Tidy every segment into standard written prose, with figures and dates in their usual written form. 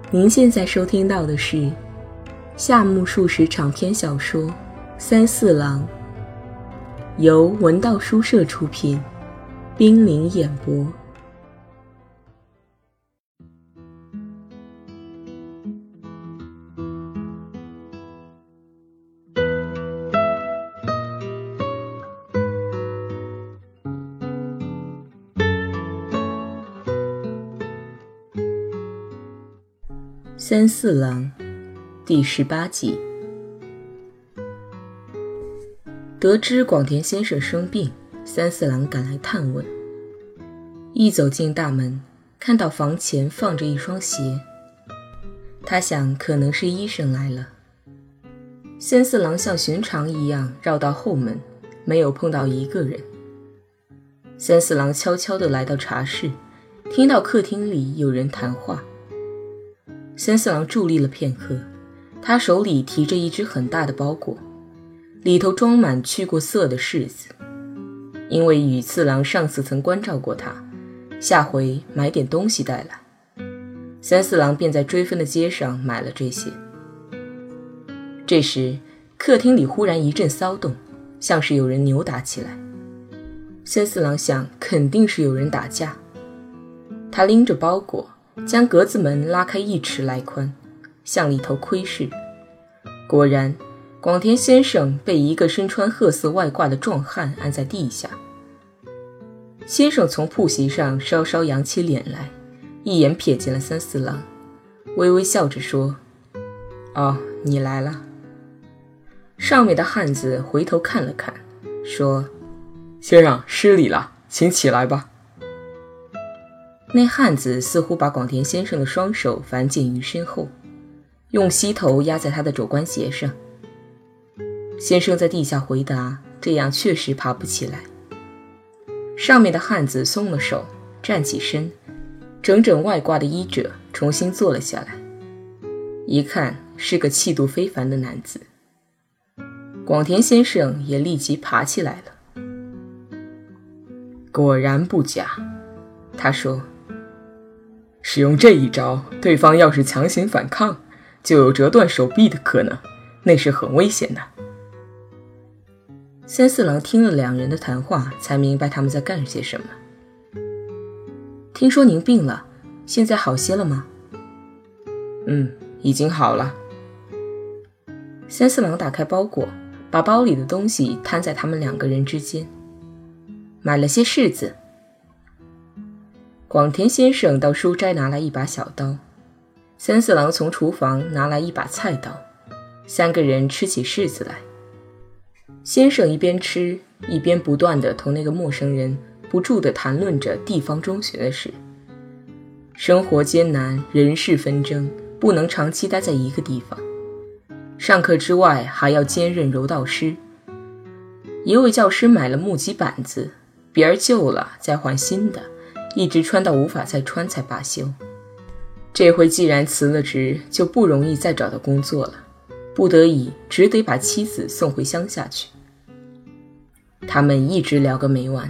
您现在收听到的是夏目漱石长篇小说《三四郎》，由文道书社出品，冰凌演播。三四郎第18集。得知广田先生生病，三四郎赶来探问。一走进大门，看到房前放着一双鞋，他想可能是医生来了。三四郎像寻常一样绕到后门，没有碰到一个人。三四郎悄悄地来到茶室，听到客厅里有人谈话。三四郎伫立了片刻，他手里提着一只很大的包裹，里头装满去过色的柿子。因为羽次郎上次曾关照过他，下回买点东西带来，三四郎便在追分的街上买了这些。这时客厅里忽然一阵骚动，像是有人扭打起来。三四郎想肯定是有人打架，他拎着包裹将格子门拉开1尺来宽，向里头窥视。果然，广田先生被一个身穿褐色外褂的壮汉按在地下。先生从铺席上稍稍扬起脸来，一眼瞥见了三四郎，微微笑着说：“哦，你来了。”上面的汉子回头看了看，说：“ 先生失礼了，请起来吧。” 那汉子似乎把广田先生的双手反剪于身后，用膝头压在他的肘关节上。先生在地下回答，这样确实爬不起来。上面的汉子松了手，站起身，整整外挂的衣褶，重新坐了下来。一看是个气度非凡的男子。广田先生也立即爬起来了。 果然不假，他说，使用这一招，对方要是强行反抗，就有折断手臂的可能，那是很危险的。 三四郎听了两人的谈话，才明白他们在干些什么。听说您病了，现在好些了吗？ 已经好了。 三四郎打开包裹，把包里的东西摊在他们两个人之间。买了些柿子。广田先生到书斋拿来一把小刀，三四郎从厨房拿来一把菜刀，三个人吃起柿子来。先生一边吃，一边不断地同那个陌生人不住地谈论着地方中学的事。生活艰难，人事纷争，不能长期待在一个地方。上课之外还要兼任柔道师。一位教师买了木屐板子，别儿旧了再换新的，一直穿到无法再穿才罢休。这回既然辞了职，就不容易再找到工作了，不得已只得把妻子送回乡下去。他们一直聊个没完。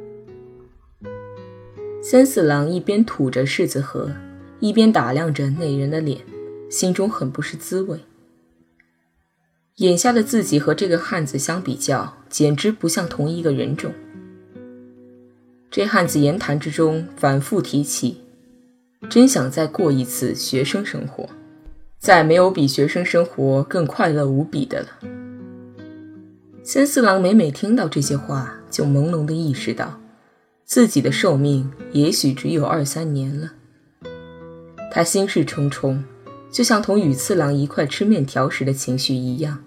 三四郎一边吐着柿子核，一边打量着那人的脸，心中很不是滋味。眼下的自己和这个汉子相比较，简直不像同一个人种。这汉子言谈之中反复提起，真想再过一次学生生活，再没有比学生生活更快乐无比的了。三四郎每每听到这些话，就朦胧地意识到自己的寿命也许只有2-3年了。他心事重重，就像同羽次郎一块吃面条时的情绪一样。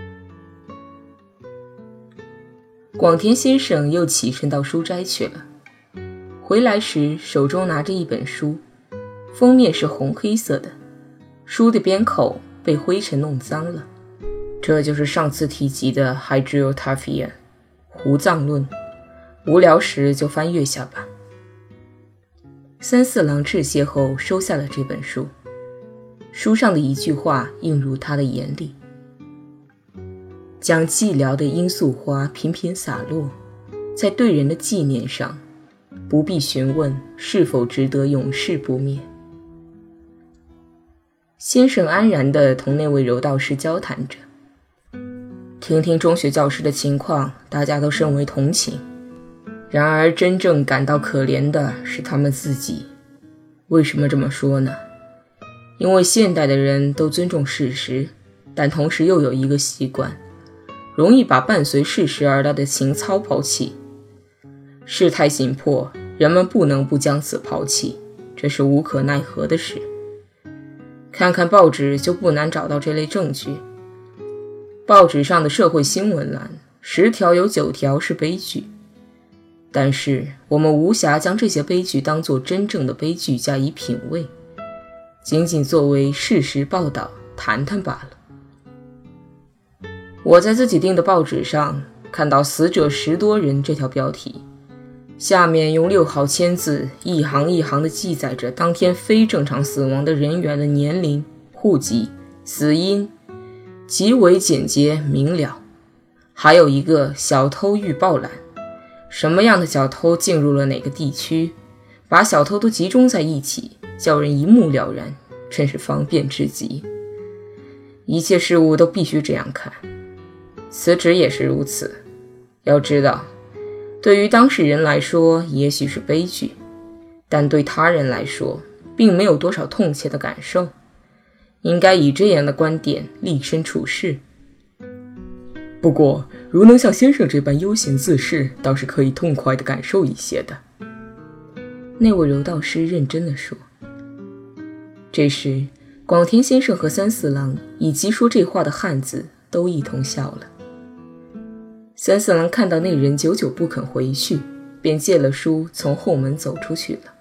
广田先生又起身到书斋去了，回来时手中拿着一本书，封面是红黑色的，书的边口被灰尘弄脏了。这就是上次提及的 Hydriotaphia 胡藏论，无聊时就翻阅下吧。三四郎致谢后收下了这本书，书上的一句话映入他的眼里：将寂寥的罂粟花频频洒落在对人的纪念上，不必询问是否值得永世不灭。 先生安然地同那位柔道师交谈着，听听中学教师的情况，大家都甚为同情。然而真正感到可怜的是他们自己。为什么这么说呢？因为现代的人都尊重事实，但同时又有一个习惯，容易把伴随事实而来的情操抛弃。事态紧迫，人们不能不将此抛弃，这是无可奈何的事。看看报纸就不难找到这类证据。报纸上的社会新闻栏10条有9条是悲剧，但是我们无暇将这些悲剧当作真正的悲剧加以品味，仅仅作为事实报道谈谈罢了。我在自己订的报纸上看到死者10多人这条标题，下面用6号签字一行一行地记载着当天非正常死亡的人员的年龄、户籍、死因，极为简洁明了。还有一个小偷预报栏，什么样的小偷进入了哪个地区，把小偷都集中在一起，叫人一目了然，真是方便之极。一切事物都必须这样看，辞职也是如此。要知道，对于当事人来说也许是悲剧，但对他人来说并没有多少痛切的感受，应该以这样的观点立身处世。 不过如能像先生这般悠闲自适，倒是可以痛快地感受一些的。 那位柔道师认真地说。这时广田先生和三四郎以及说这话的汉子都一同笑了。三四郎看到那人久久不肯回去，便借了书从后门走出去了。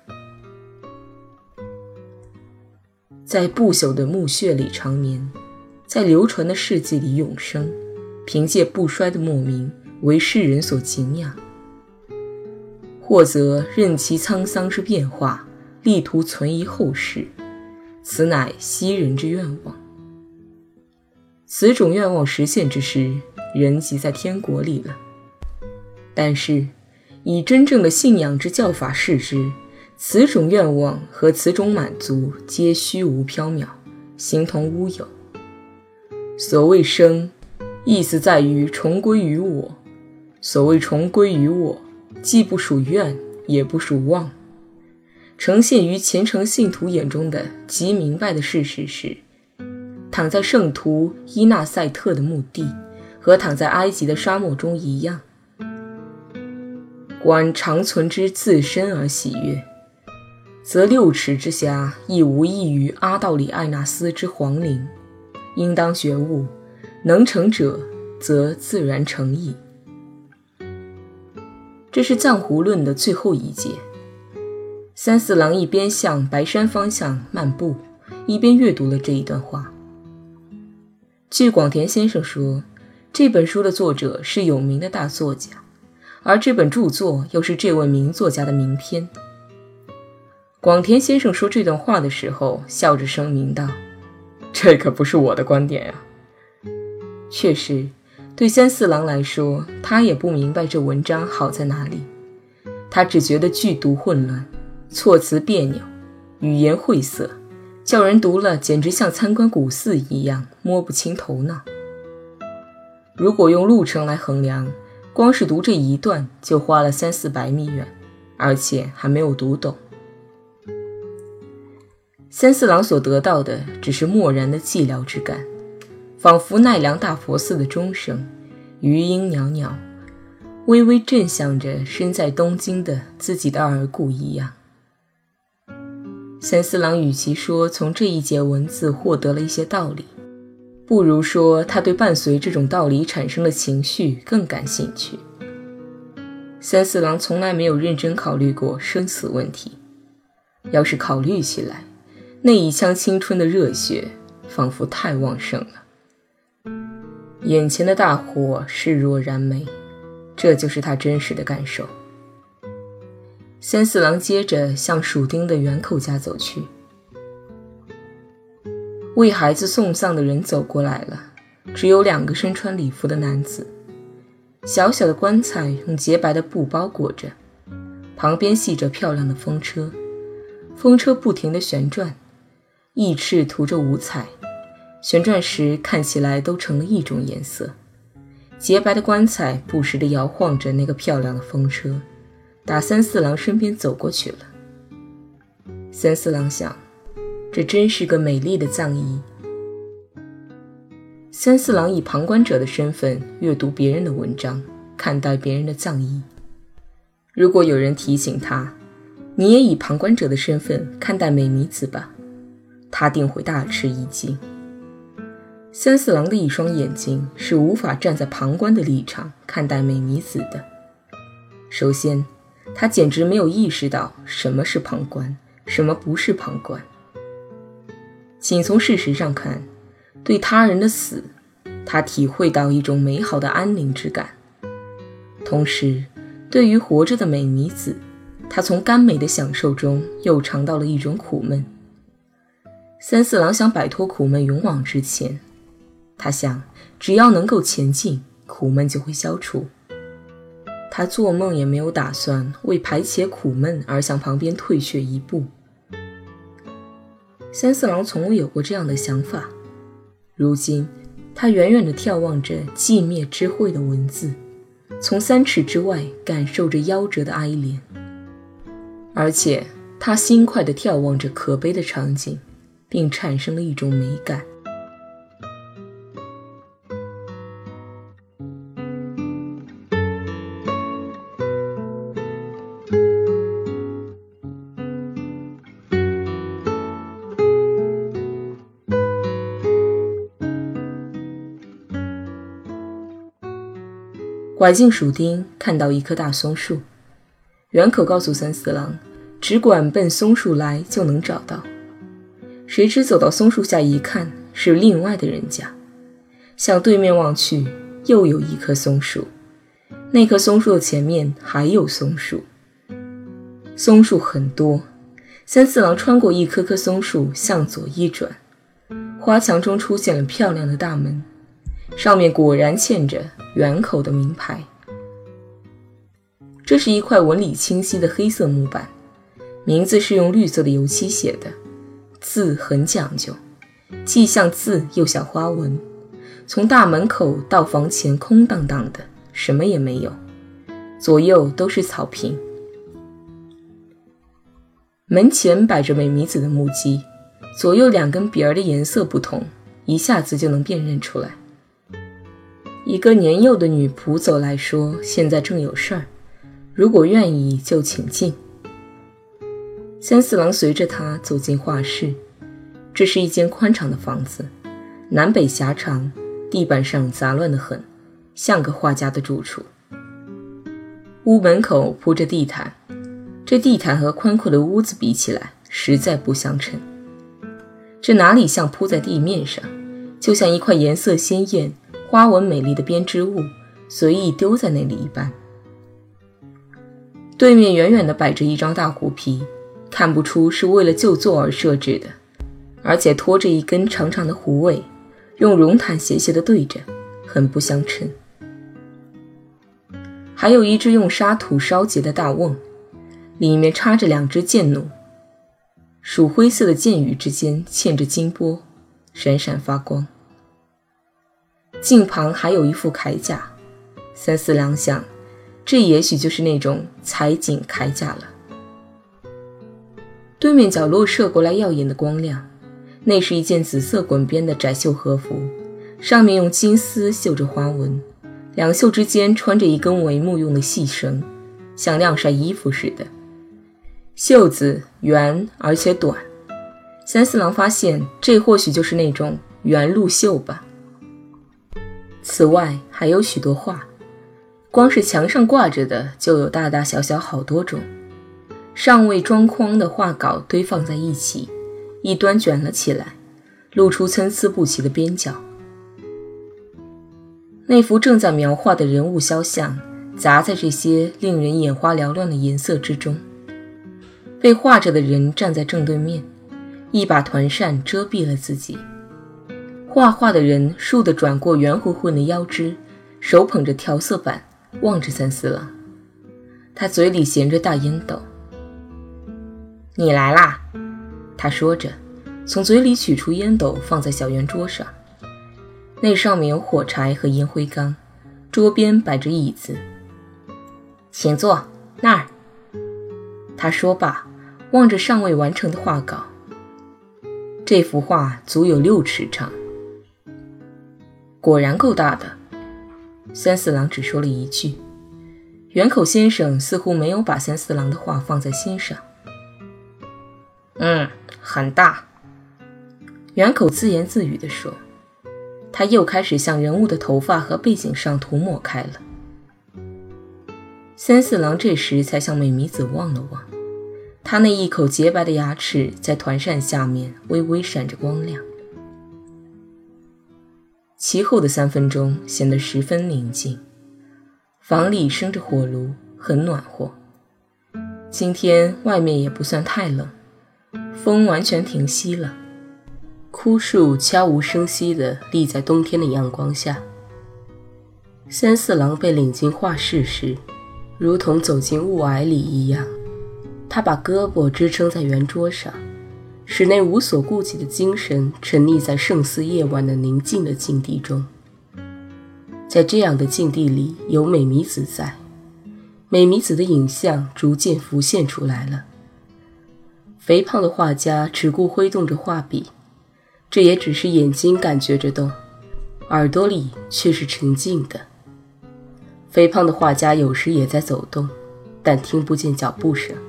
在不朽的墓穴里长眠，在流传的事迹里永生，凭借不衰的墓名为世人所敬仰。或则任其沧桑之变化，力图存遗后世，此乃昔人之愿望。此种愿望实现之时，人即在天国里了。但是以真正的信仰之教法视之，此种愿望和此种满足皆虚无缥缈，形同乌有。所谓生，意思在于重归于我。所谓重归于我，既不属愿，也不属望。呈现于虔诚信徒眼中的极明白的事实是，躺在圣徒伊纳赛特的墓地和躺在埃及的沙漠中一样，观常存之自身而喜悦，则6尺之下亦无异于阿道里艾纳斯之皇陵，应当觉悟，能成者则自然成矣。这是藏狐论的最后一节。三四郎一边向白山方向漫步，一边阅读了这一段话。据广田先生说，这本书的作者是有名的大作家，而这本著作又是这位名作家的名篇。广田先生说这段话的时候，笑着声明道：“ 这可不是我的观点呀。” 确实，对三四郎来说，他也不明白这文章好在哪里。他只觉得句读混乱，措辞别扭，语言晦涩，叫人读了简直像参观古寺一样，摸不清头脑。如果用路程来衡量，光是读这一段就花了300-400米远，而且还没有读懂。三四郎所得到的只是漠然的寂寥之感，仿佛奈良大佛寺的钟声，余音袅袅，微微震响着身在东京的自己的耳故一样。三四郎与其说从这一节文字获得了一些道理，不如说他对伴随这种道理产生的情绪更感兴趣。三四郎从来没有认真考虑过生死问题，要是考虑起来，那一腔青春的热血仿佛太旺盛了。眼前的大火视若燃眉，这就是他真实的感受。三四郎接着向属町的原寇家走去。为孩子送葬的人走过来了，只有2个身穿礼服的男子。小小的棺材用洁白的布包裹着，旁边系着漂亮的风车，风车不停地旋转， 翼翅涂着五彩，旋转时看起来都成了一种颜色。洁白的棺材不时地摇晃着那个漂亮的风车，打三四郎身边走过去了。三四郎想，这真是个美丽的葬仪。三四郎以旁观者的身份阅读别人的文章，看待别人的葬仪。如果有人提醒他，你也以旁观者的身份看待美弥子吧，他定会大吃一惊。三四郎的一双眼睛是无法站在旁观的立场看待美弥子的。首先，他简直没有意识到什么是旁观，什么不是旁观。仅从事实上看，对他人的死，他体会到一种美好的安宁之感。同时，对于活着的美弥子，他从甘美的享受中又尝到了一种苦闷。三四郎想摆脱苦闷勇往直前，他想，只要能够前进，苦闷就会消除。他做梦也没有打算为排解苦闷而向旁边退却一步。三四郎从未有过这样的想法，如今他远远地眺望着寂灭之慧的文字，从3尺之外感受着夭折的哀怜，而且他心快地眺望着可悲的场景，并产生了一种美感。拐进蜀町，看到一棵大松树，园口告诉三四郎，只管奔松树来就能找到。谁知走到松树下一看，是另外的人家。向对面望去，又有一棵松树，那棵松树的前面还有松树。松树很多，三四郎穿过一棵棵松树，向左一转，花墙中出现了漂亮的大门，上面果然嵌着园口的名牌。这是一块纹理清晰的黑色木板，名字是用绿色的油漆写的，字很讲究，既像字又像花纹。从大门口到房前空荡荡的，什么也没有，左右都是草坪。门前摆着美弥子的木屐，左右2根鼻儿的颜色不同，一下子就能辨认出来。一个年幼的女仆走来说，现在正有事儿，如果愿意就请进。三四郎随着她走进画室，这是一间宽敞的房子，南北狭长，地板上杂乱得很，像个画家的住处。屋门口铺着地毯，这地毯和宽阔的屋子比起来实在不相称，这哪里像铺在地面上，就像一块颜色鲜艳花纹美丽的编织物随意丢在那里一般。对面远远地摆着一张大虎皮，看不出是为了就坐而设置的，而且拖着一根长长的虎尾，用绒毯斜斜地对着，很不相称。还有一只用沙土烧结的大瓮，里面插着2只箭弩，鼠灰色的箭羽之间嵌着金波，闪闪发光。镜旁还有一副铠甲，三四郎想，这也许就是那种彩锦铠甲了。对面角落射过来耀眼的光亮，那是一件紫色滚边的窄袖和服，上面用金丝绣着花纹，2袖之间穿着一根帷幕用的细绳，像晾晒衣服似的。袖子圆而且短，三四郎发现这或许就是那种圆露袖吧。此外还有许多画，光是墙上挂着的就有大大小小好多种，尚未装框的画稿堆放在一起，一端卷了起来，露出参差不齐的边角。那幅正在描画的人物肖像杂在这些令人眼花缭乱的颜色之中。被画着的人站在正对面，一把团扇遮蔽了自己。画的人竖地转过圆乎乎的腰肢，手捧着调色板，望着三四郎。他嘴里衔着大烟斗。你来啦，他说着， 从嘴里取出烟斗放在小圆桌上，那上面有火柴和烟灰缸，桌边摆着椅子。请坐，那儿。他说罢，望着尚未完成的画稿。这幅画足有6尺长。果然够大的。三四郎只说了一句，远口先生似乎没有把三四郎的话放在心上。很大。远口自言自语地说，他又开始向人物的头发和背景上涂抹开了。三四郎这时才向美弥子望了望，他那一口洁白的牙齿在团扇下面微微闪着光亮。其后的3分钟显得十分宁静，房里生着火炉，很暖和。今天外面也不算太冷，风完全停息了，枯树悄无声息地立在冬天的阳光下。三四郎被领进画室时，如同走进雾霭里一样，他把胳膊支撑在圆桌上，使那无所顾忌的精神沉溺在胜似夜晚的宁静的境地中。在这样的境地里有美弥子在，美弥子的影像逐渐浮现出来了。肥胖的画家只顾挥动着画笔，这也只是眼睛感觉着动，耳朵里却是沉静的。肥胖的画家有时也在走动，但听不见脚步声。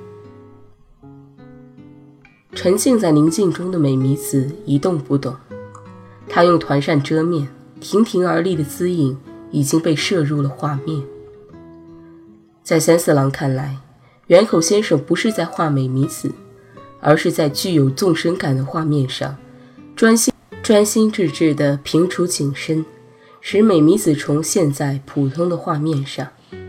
沉浸在宁静中的美弥子一动不动，她用团扇遮面，亭亭而立的姿影已经被摄入了画面。在三四郎看来，远口先生不是在画美弥子，而是在具有纵深感的画面上专心致志地平除景深，使美弥子重现在普通的画面上。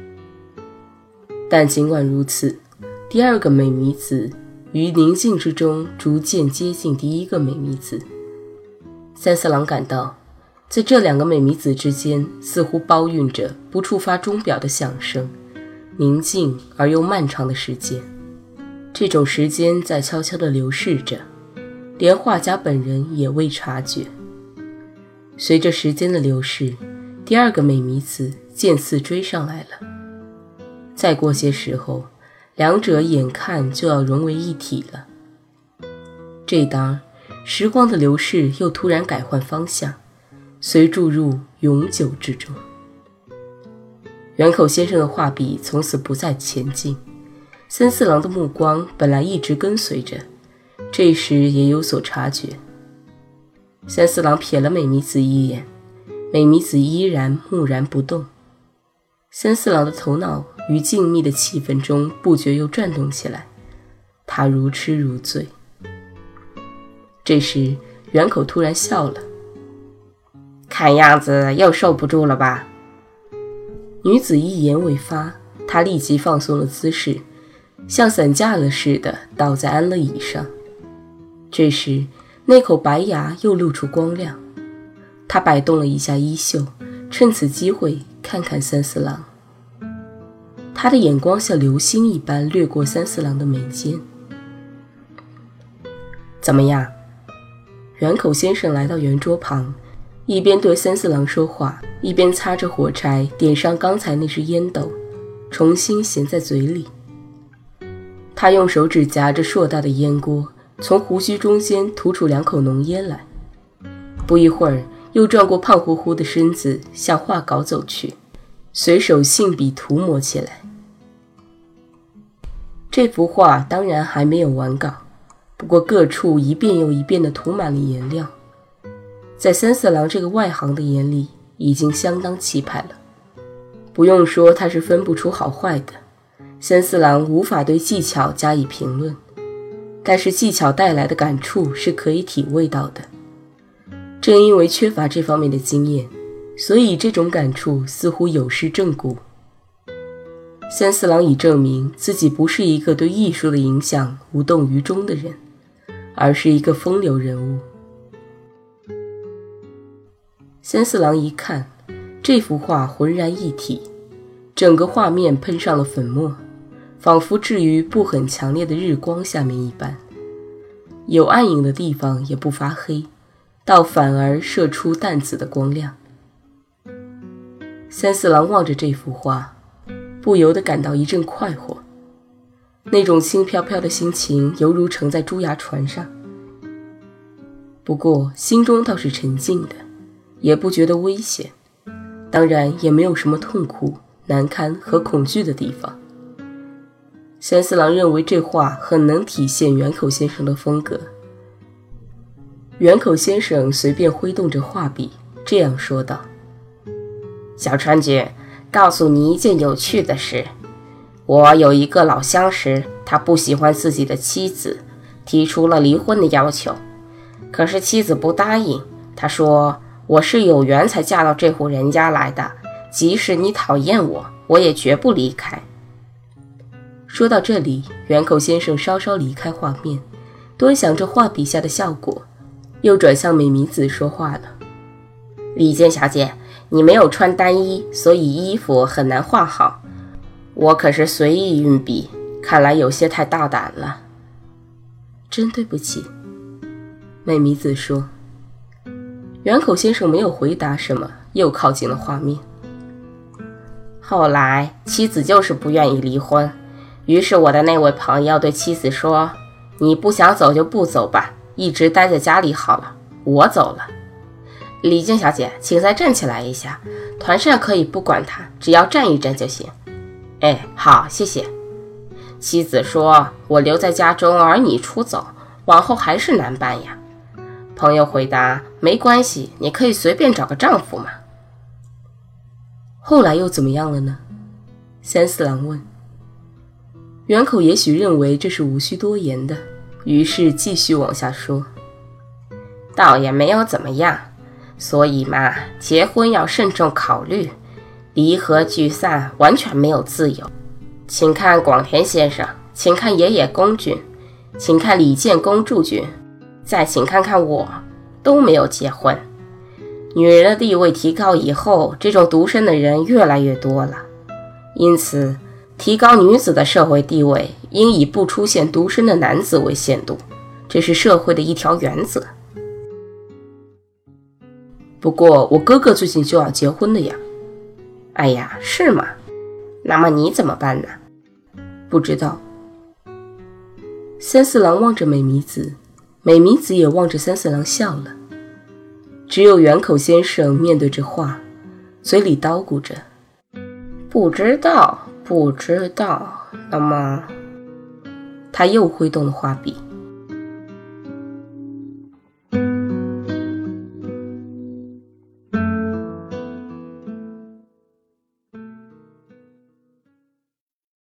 但尽管如此，第2个美弥子于宁静之中逐渐接近第1个美弥子。三四郎感到，在这2个美弥子之间似乎包蕴着不触发钟表的响声，宁静而又漫长的时间。这种时间在悄悄地流逝着，连画家本人也未察觉。随着时间的流逝，第2个美弥子渐次追上来了。再过些时候，两者眼看就要融为一体了。这当时光的流逝又突然改换方向，遂注入永久之中。远口先生的画笔从此不再前进，三四郎的目光本来一直跟随着，这时也有所察觉。三四郎瞥了美弥子一眼，美弥子依然木然不动。三四郎的头脑于静谧的气氛中不觉又转动起来，他如痴如醉。这时远口突然笑了，看样子又受不住了吧？女子一言未发，她立即放松了姿势，像散架了似的倒在安乐椅上。这时那口白牙又露出光亮，她摆动了一下衣袖，趁此机会看看三四郎。她的眼光像流星一般掠过三四郎的眉间。怎么样？远口先生来到圆桌旁，一边对三四郎说话，一边擦着火柴点上刚才那只烟斗，重新衔在嘴里。他用手指夹着硕大的烟锅，从胡须中间吐出2口浓烟来。不一会儿，又转过胖乎乎的身子向画稿走去，随手信笔涂抹起来。这幅画当然还没有完稿，不过各处一遍又一遍地涂满了颜料，在三四郎这个外行的眼里已经相当气派了。不用说他是分不出好坏的，三四郎无法对技巧加以评论，但是技巧带来的感触是可以体味到的。正因为缺乏这方面的经验，所以这种感触似乎有失正骨。三四郎已证明自己不是一个对艺术的影响无动于衷的人，而是一个风流人物。三四郎一看，这幅画浑然一体，整个画面喷上了粉末，仿佛置于不很强烈的日光下面一般。 有暗影的地方也不发黑，倒反而射出淡紫的光亮。三四郎望着这幅画，不由得感到一阵快活，那种轻飘飘的心情犹如乘在猪牙船上。不过心中倒是沉静的，也不觉得危险，当然也没有什么痛苦、难堪和恐惧的地方。三四郎认为这画很能体现远口先生的风格。远口先生随便挥动着画笔，这样说道： 小川君，告诉你一件有趣的事。我有一个老相识，他不喜欢自己的妻子，提出了离婚的要求。可是妻子不答应，他说我是有缘才嫁到这户人家来的，即使你讨厌我，我也绝不离开。 说到这里，远口先生稍稍离开画面，端详着画笔下的效果，又转向美弥子说话了： 李健小姐，你没有穿单衣，所以衣服很难画好。我可是随意运笔，看来有些太大胆了。 真对不起，美弥子说。远口先生没有回答什么，又靠近了画面。 后来妻子就是不愿意离婚，于是我的那位朋友对妻子说，你不想走就不走吧，一直待在家里好了，我走了。李静小姐，请再站起来一下，团扇可以不管它，只要站一站就行。哎，好，谢谢。妻子说，我留在家中，而你出走，往后还是难办呀。朋友回答，没关系，你可以随便找个丈夫嘛。 后来又怎么样了呢？三四郎问。远口也许认为这是无需多言的，于是继续往下说。 倒也没有怎么样，所以嘛，结婚要慎重考虑，离合聚散完全没有自由。请看广田先生，请看野野公君，请看李健公主君，再请看看我，都没有结婚。女人的地位提高以后，这种独身的人越来越多了，因此提高女子的社会地位应以不出现独身的男子为限度，这是社会的一条原则。 不过我哥哥最近就要结婚了呀。 哎呀，是吗？那么你怎么办呢？ 不知道。三四郎望着美弥子，美弥子也望着三四郎笑了。只有远口先生面对着画，嘴里叨咕着： 不知道，不知道。那么， 他又挥动了画笔。